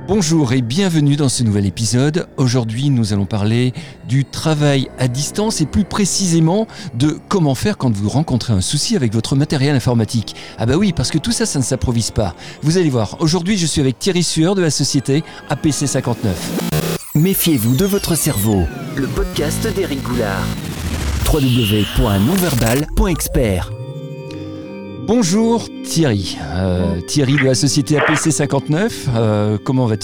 Bonjour et bienvenue dans ce nouvel épisode. Aujourd'hui, nous allons parler du travail à distance et plus précisément de comment faire quand vous rencontrez un souci avec votre matériel informatique. Ah bah oui, parce que tout ça, ça ne s'improvise pas. Vous allez voir, aujourd'hui, je suis avec Thierry Sueur de la société APC 59. Méfiez-vous de votre cerveau, le podcast d'Éric Goulard. www.nonverbal.expert. Bonjour Thierry, Thierry de la société APC 59, comment vas-tu ?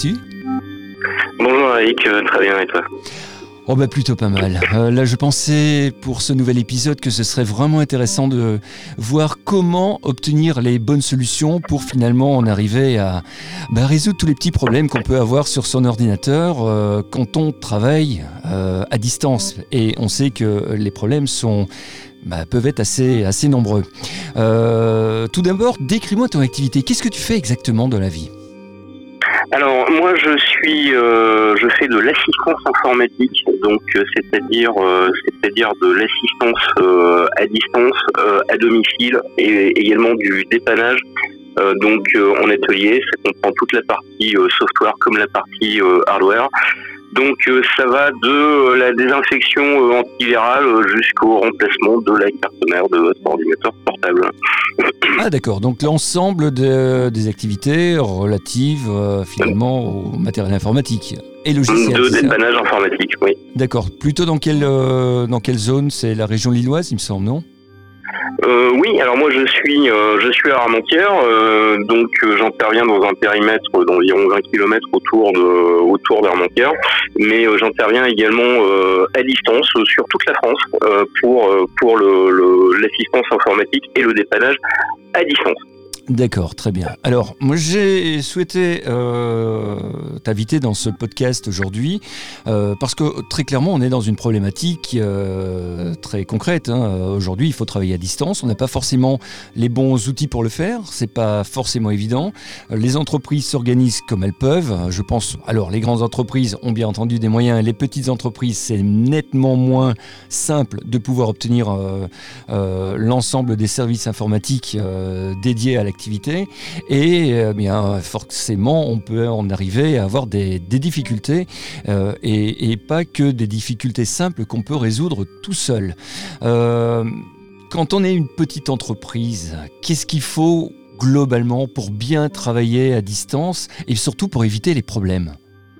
Bonjour Eric, très bien et toi ? Oh bah plutôt pas mal. Là je pensais pour ce nouvel épisode que ce serait vraiment intéressant de voir comment obtenir les bonnes solutions pour finalement en arriver à résoudre tous les petits problèmes qu'on peut avoir sur son ordinateur quand on travaille à distance. Et on sait que les problèmes peuvent être assez nombreux. Tout d'abord, décris-moi ton activité. Qu'est-ce que tu fais exactement dans la vie ? Alors moi je fais de l'assistance informatique, donc c'est-à-dire de l'assistance à distance, à domicile et également du dépannage. Donc en atelier, ça comprend toute la partie software comme la partie hardware. Donc ça va de la désinfection antivirale jusqu'au remplacement de la carte mère de votre ordinateur portable. Ah d'accord, donc l'ensemble des activités relatives finalement au matériel informatique et logiciel. De dépannage informatique, oui. D'accord, plutôt dans quelle zone ? C'est la région lilloise, il me semble, non ? Oui, alors moi je suis à Armentières, donc j'interviens dans un périmètre d'environ 20 km autour d'Armentières, mais j'interviens également à distance sur toute la France pour l'assistance informatique et le dépannage à distance. D'accord, très bien. Alors, moi j'ai souhaité t'inviter dans ce podcast aujourd'hui parce que très clairement on est dans une problématique très concrète. Aujourd'hui, il faut travailler à distance. On n'a pas forcément les bons outils pour le faire. C'est pas forcément évident. Les entreprises s'organisent comme elles peuvent. Je pense. Alors, les grandes entreprises ont bien entendu des moyens. Les petites entreprises, c'est nettement moins simple de pouvoir obtenir l'ensemble des services informatiques dédiés à l'activité. Et bien forcément on peut en arriver à avoir des difficultés et pas que des difficultés simples qu'on peut résoudre tout seul. Quand on est une petite entreprise, qu'est-ce qu'il faut globalement pour bien travailler à distance et surtout pour éviter les problèmes ?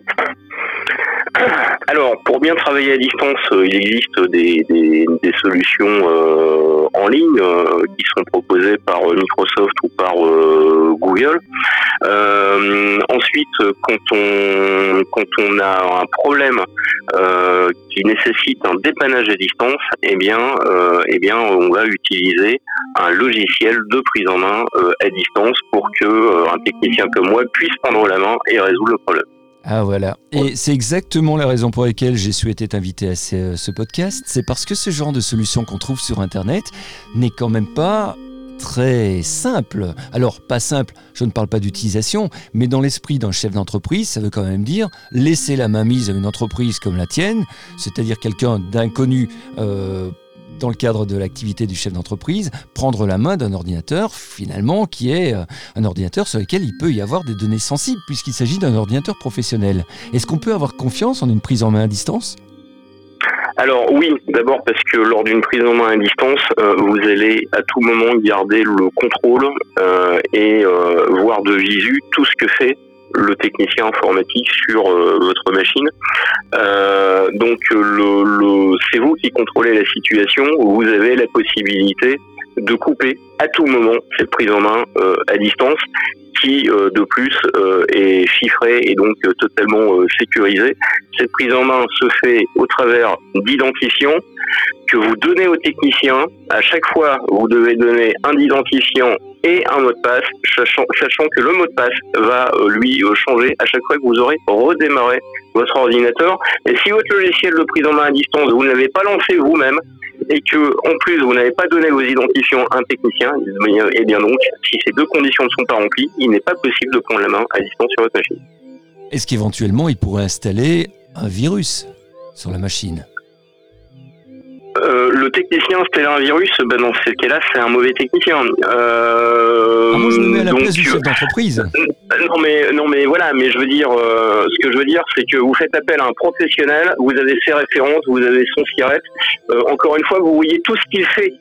Alors, pour bien travailler à distance, il existe des solutions en ligne qui sont proposées par Microsoft ou par Google. Ensuite, quand on a un problème qui nécessite un dépannage à distance, eh bien, on va utiliser un logiciel de prise en main à distance pour que un technicien comme moi puisse prendre la main et résoudre le problème. Ah voilà, et c'est exactement la raison pour laquelle j'ai souhaité t'inviter à ce podcast, c'est parce que ce genre de solution qu'on trouve sur Internet n'est quand même pas très simple. Alors pas simple, je ne parle pas d'utilisation, mais dans l'esprit d'un chef d'entreprise, ça veut quand même dire laisser la main mise à une entreprise comme la tienne, c'est-à-dire quelqu'un d'inconnu dans le cadre de l'activité du chef d'entreprise, prendre la main d'un ordinateur, finalement, qui est un ordinateur sur lequel il peut y avoir des données sensibles, puisqu'il s'agit d'un ordinateur professionnel. Est-ce qu'on peut avoir confiance en une prise en main à distance ? Alors oui, d'abord parce que lors d'une prise en main à distance, vous allez à tout moment garder le contrôle et voir de visu tout ce que fait le technicien informatique sur votre machine. Donc c'est vous qui contrôlez la situation. Vous avez la possibilité de couper à tout moment cette prise en main à distance qui de plus est chiffrée et donc totalement sécurisée. Cette prise en main se fait au travers d'identifiants que vous donnez au technicien. À chaque fois, vous devez donner un identifiant et un mot de passe, sachant que le mot de passe va lui changer à chaque fois que vous aurez redémarré votre ordinateur. Et si votre logiciel de prise en main à distance, vous ne l'avez pas lancé vous-même, et que en plus vous n'avez pas donné vos identifiants à un technicien, et bien donc, si ces deux conditions ne sont pas remplies, il n'est pas possible de prendre la main à distance sur votre machine. Est-ce qu'éventuellement il pourrait installer un virus sur la machine ? Le technicien installer un virus, dans ces cas-là, c'est un mauvais technicien. Moi, je me mets à la place du chef d'entreprise. Non, mais voilà. Mais je veux dire, ce que je veux dire, c'est que vous faites appel à un professionnel. Vous avez ses références, vous avez son SIRET. Encore une fois, vous voyez tout ce qu'il fait.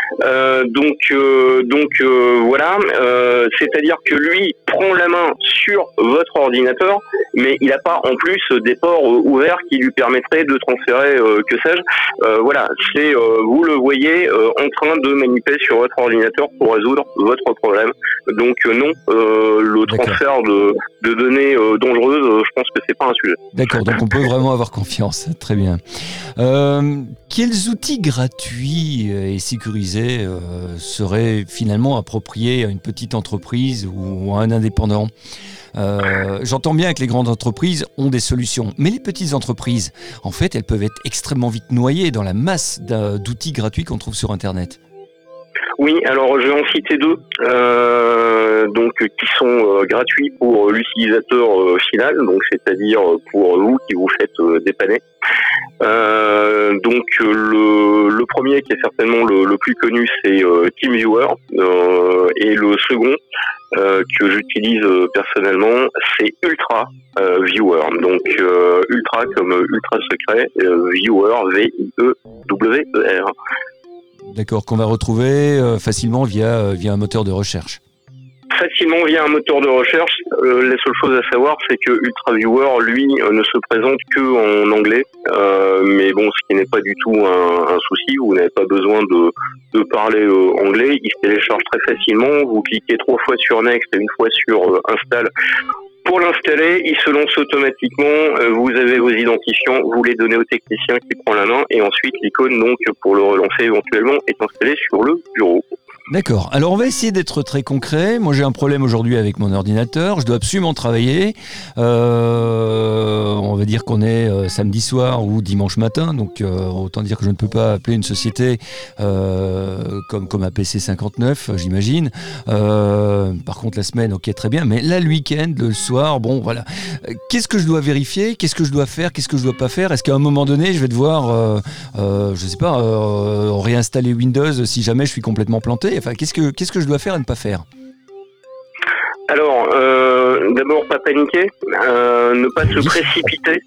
Voilà, c'est-à-dire que lui prend la main sur votre ordinateur, mais il n'a pas en plus des ports ouverts qui lui permettraient de transférer, que sais-je. Voilà, c'est vous le voyez en train de manipuler sur votre ordinateur pour résoudre votre problème. Donc non, le transfert de données dangereuses, je pense que c'est pas un sujet. D'accord, donc on peut vraiment avoir confiance. Très bien. Quels outils gratuits et sécurisés seraient finalement appropriés à une petite entreprise ou à un indépendant? J'entends bien que les grandes entreprises ont des solutions, mais les petites entreprises, en fait, elles peuvent être extrêmement vite noyées dans la masse d'outils gratuits qu'on trouve sur Internet. Oui, alors je vais en citer deux, qui sont gratuits pour l'utilisateur final, donc c'est-à-dire pour vous qui vous faites dépanner. Le premier qui est certainement le plus connu, c'est TeamViewer, et le second que j'utilise personnellement, c'est Ultra Viewer. Donc Ultra comme ultra secret, Viewer, V-I-E-W-E-R. D'accord, qu'on va retrouver facilement via un moteur de recherche. Facilement via un moteur de recherche. La seule chose à savoir, c'est que UltraViewer, lui, ne se présente que en anglais. Mais bon, ce qui n'est pas du tout un souci. Vous n'avez pas besoin de parler anglais. Il se télécharge très facilement. Vous cliquez 3 fois sur Next et 1 fois sur Install. Pour l'installer, il se lance automatiquement. Vous avez vos identifiants, vous les donnez au technicien qui prend la main, et ensuite l'icône, donc, pour le relancer éventuellement, est installée sur le bureau. D'accord. Alors, on va essayer d'être très concret. Moi, j'ai un problème aujourd'hui avec mon ordinateur. Je dois absolument travailler. On va dire qu'on est samedi soir ou dimanche matin. Donc, autant dire que je ne peux pas appeler une société comme un PC 59, j'imagine. Par contre, la semaine, ok, très bien. Mais là, le week-end, le soir, bon, voilà. Qu'est-ce que je dois vérifier? Qu'est-ce que je dois faire? Qu'est-ce que je dois pas faire? Est-ce qu'à un moment donné, je vais devoir, je sais pas, réinstaller Windows si jamais je suis complètement planté? Enfin, qu'est-ce que je dois faire et ne pas faire? Alors, d'abord, pas paniquer, ne pas se précipiter,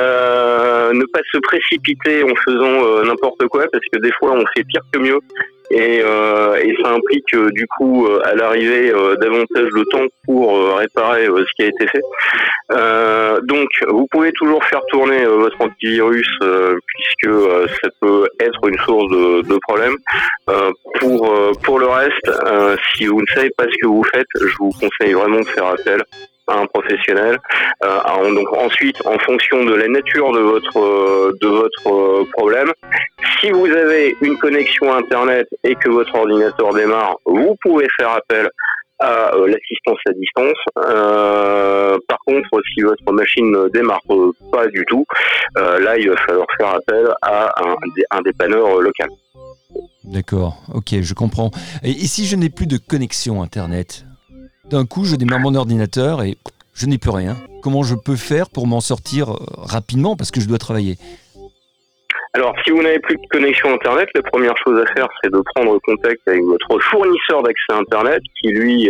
en faisant n'importe quoi, parce que des fois on fait pire que mieux, et ça implique du coup à l'arrivée davantage de temps pour réparer ce qui a été fait. Donc, vous pouvez toujours faire tourner votre antivirus, puisque ça peut être une source de problème. Pour le reste, si vous ne savez pas ce que vous faites, je vous conseille vraiment de faire appel à un professionnel. Donc ensuite, en fonction de la nature de votre problème, si vous avez une connexion Internet et que votre ordinateur démarre, vous pouvez faire appel à l'assistance à distance. Par contre, si votre machine ne démarre pas du tout, là, il va falloir faire appel à un dépanneur local. D'accord, ok, je comprends. Et si je n'ai plus de connexion Internet, d'un coup, je démarre mon ordinateur et je n'ai plus rien. Comment je peux faire pour m'en sortir rapidement parce que je dois travailler? Alors, si vous n'avez plus de connexion Internet, la première chose à faire, c'est de prendre contact avec votre fournisseur d'accès Internet, qui lui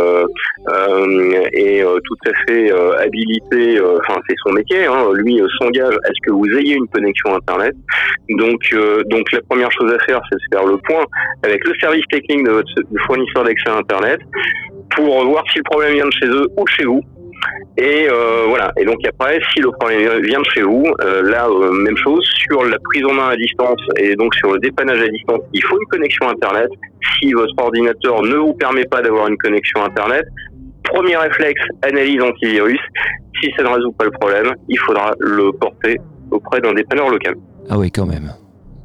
est tout à fait habilité, c'est son métier, lui s'engage à ce que vous ayez une connexion Internet. Donc la première chose à faire, c'est de faire le point avec le service technique de votre fournisseur d'accès Internet pour voir si le problème vient de chez eux ou de chez vous. Et voilà. Et donc après, si le problème vient de chez vous, même chose sur la prise en main à distance et donc sur le dépannage à distance, il faut une connexion Internet. Si votre ordinateur ne vous permet pas d'avoir une connexion Internet, premier réflexe, analyse antivirus. Si ça ne résout pas le problème, il faudra le porter auprès d'un dépanneur local. Ah oui, quand même.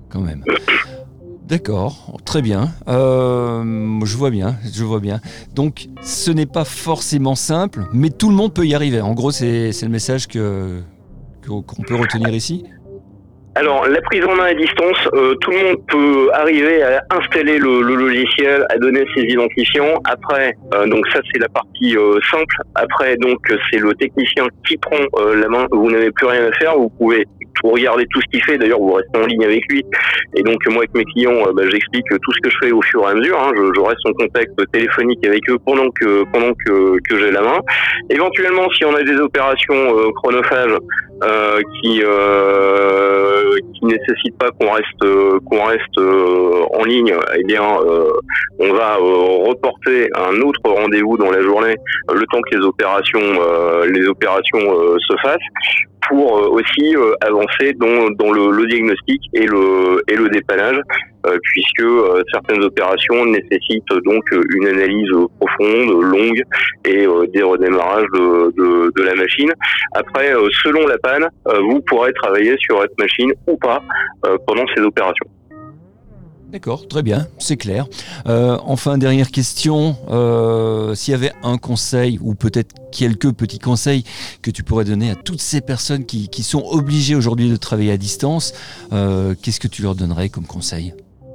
D'accord, très bien. Je vois bien. Donc, ce n'est pas forcément simple, mais tout le monde peut y arriver. En gros, c'est le message qu'on peut retenir ici. Alors, la prise en main à distance, tout le monde peut arriver à installer le logiciel, à donner ses identifiants. Après, donc ça c'est la partie simple. Après, donc c'est le technicien qui prend la main. Vous n'avez plus rien à faire. Vous pouvez tout regarder tout ce qu'il fait. D'ailleurs, vous restez en ligne avec lui. Et donc, moi, avec mes clients, j'explique tout ce que je fais au fur et à mesure. Je reste en contact téléphonique avec eux pendant que j'ai la main. Éventuellement, si on a des opérations chronophages qui nécessitent pas qu'on reste en ligne, eh bien, on va reporter un autre rendez-vous dans la journée, le temps que les opérations se fassent, pour aussi avancer dans le diagnostic et le dépannage, puisque certaines opérations nécessitent donc une analyse profonde, longue, et des redémarrages de la machine. Après, selon la panne, vous pourrez travailler sur votre machine ou pas pendant ces opérations. D'accord, très bien, c'est clair. Enfin, dernière question, s'il y avait un conseil ou peut-être quelques petits conseils que tu pourrais donner à toutes ces personnes qui sont obligées aujourd'hui de travailler à distance, qu'est-ce que tu leur donnerais comme conseil ?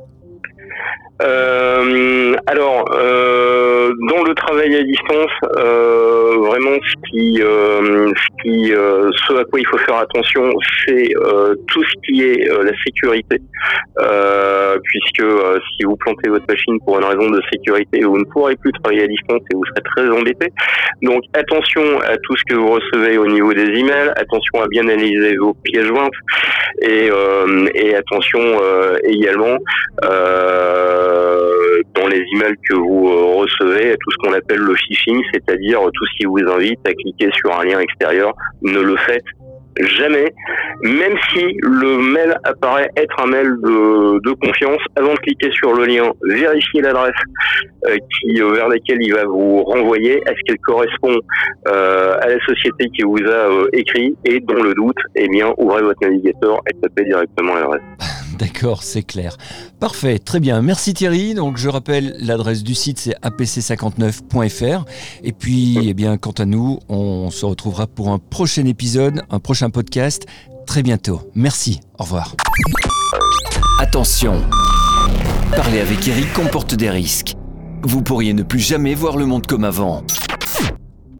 Dans le travail à distance, vraiment ce à quoi il faut faire attention, c'est tout ce qui est la sécurité, puisque si vous plantez votre machine pour une raison de sécurité, vous ne pourrez plus travailler à distance et vous serez très embêté. Donc attention à tout ce que vous recevez au niveau des emails, attention à bien analyser vos pièces jointes et attention également dans les emails que vous recevez à tout ce qu'on appelle le phishing, c'est-à-dire tout ce qui vous invite à cliquer sur un lien extérieur. Ne le faites jamais, même si le mail apparaît être un mail de confiance. Avant de cliquer sur le lien, vérifiez l'adresse vers laquelle il va vous renvoyer. Est-ce qu'elle correspond à la société qui vous a écrit, et dans le doute, eh bien, ouvrez votre navigateur et tapez directement l'adresse. D'accord, c'est clair. Parfait, très bien. Merci Thierry. Donc je rappelle l'adresse du site, c'est apc59.fr. Et puis, eh bien, quant à nous, on se retrouvera pour un prochain épisode, un prochain podcast très bientôt. Merci. Au revoir. Attention, parler avec Eric comporte des risques. Vous pourriez ne plus jamais voir le monde comme avant.